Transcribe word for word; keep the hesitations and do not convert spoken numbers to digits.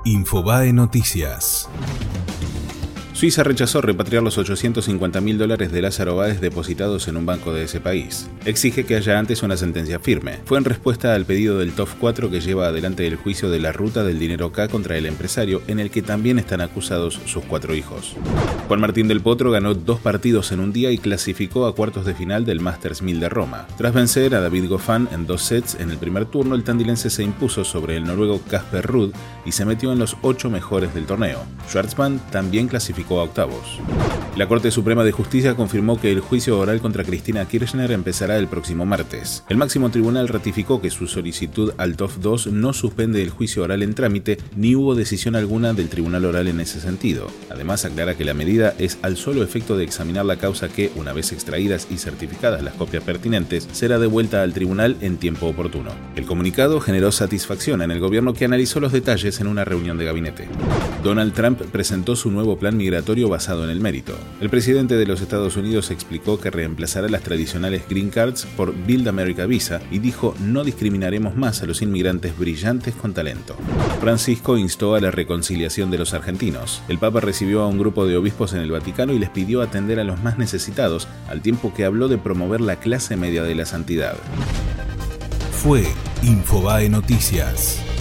Infobae Noticias. Suiza rechazó repatriar los ochocientos cincuenta mil dólares de Lázaro Báez depositados en un banco de ese país. Exige que haya antes una sentencia firme. Fue en respuesta al pedido del T O F cuatro que lleva adelante el juicio de la ruta del dinero K contra el empresario, en el que también están acusados sus cuatro hijos. Juan Martín del Potro ganó dos partidos en un día y clasificó a cuartos de final del Masters mil de Roma. Tras vencer a David Goffin en dos sets en el primer turno, el tandilense se impuso sobre el noruego Casper Ruud y se metió en los ocho mejores del torneo. Schwartzman también clasificó a octavos. La Corte Suprema de Justicia confirmó que el juicio oral contra Cristina Kirchner empezará el próximo martes. El máximo tribunal ratificó que su solicitud al T O F dos no suspende el juicio oral en trámite, ni hubo decisión alguna del tribunal oral en ese sentido. Además, aclara que la medida es al solo efecto de examinar la causa que, una vez extraídas y certificadas las copias pertinentes, será devuelta al tribunal en tiempo oportuno. El comunicado generó satisfacción en el gobierno, que analizó los detalles en una reunión de gabinete. Donald Trump presentó su nuevo plan migratorio basado en el mérito. El presidente de los Estados Unidos explicó que reemplazará las tradicionales Green Cards por Build America Visa y dijo: no discriminaremos más a los inmigrantes brillantes con talento. Francisco instó a la reconciliación de los argentinos. El Papa recibió a un grupo de obispos en el Vaticano y les pidió atender a los más necesitados, al tiempo que habló de promover la clase media de la santidad. Fue Infobae Noticias.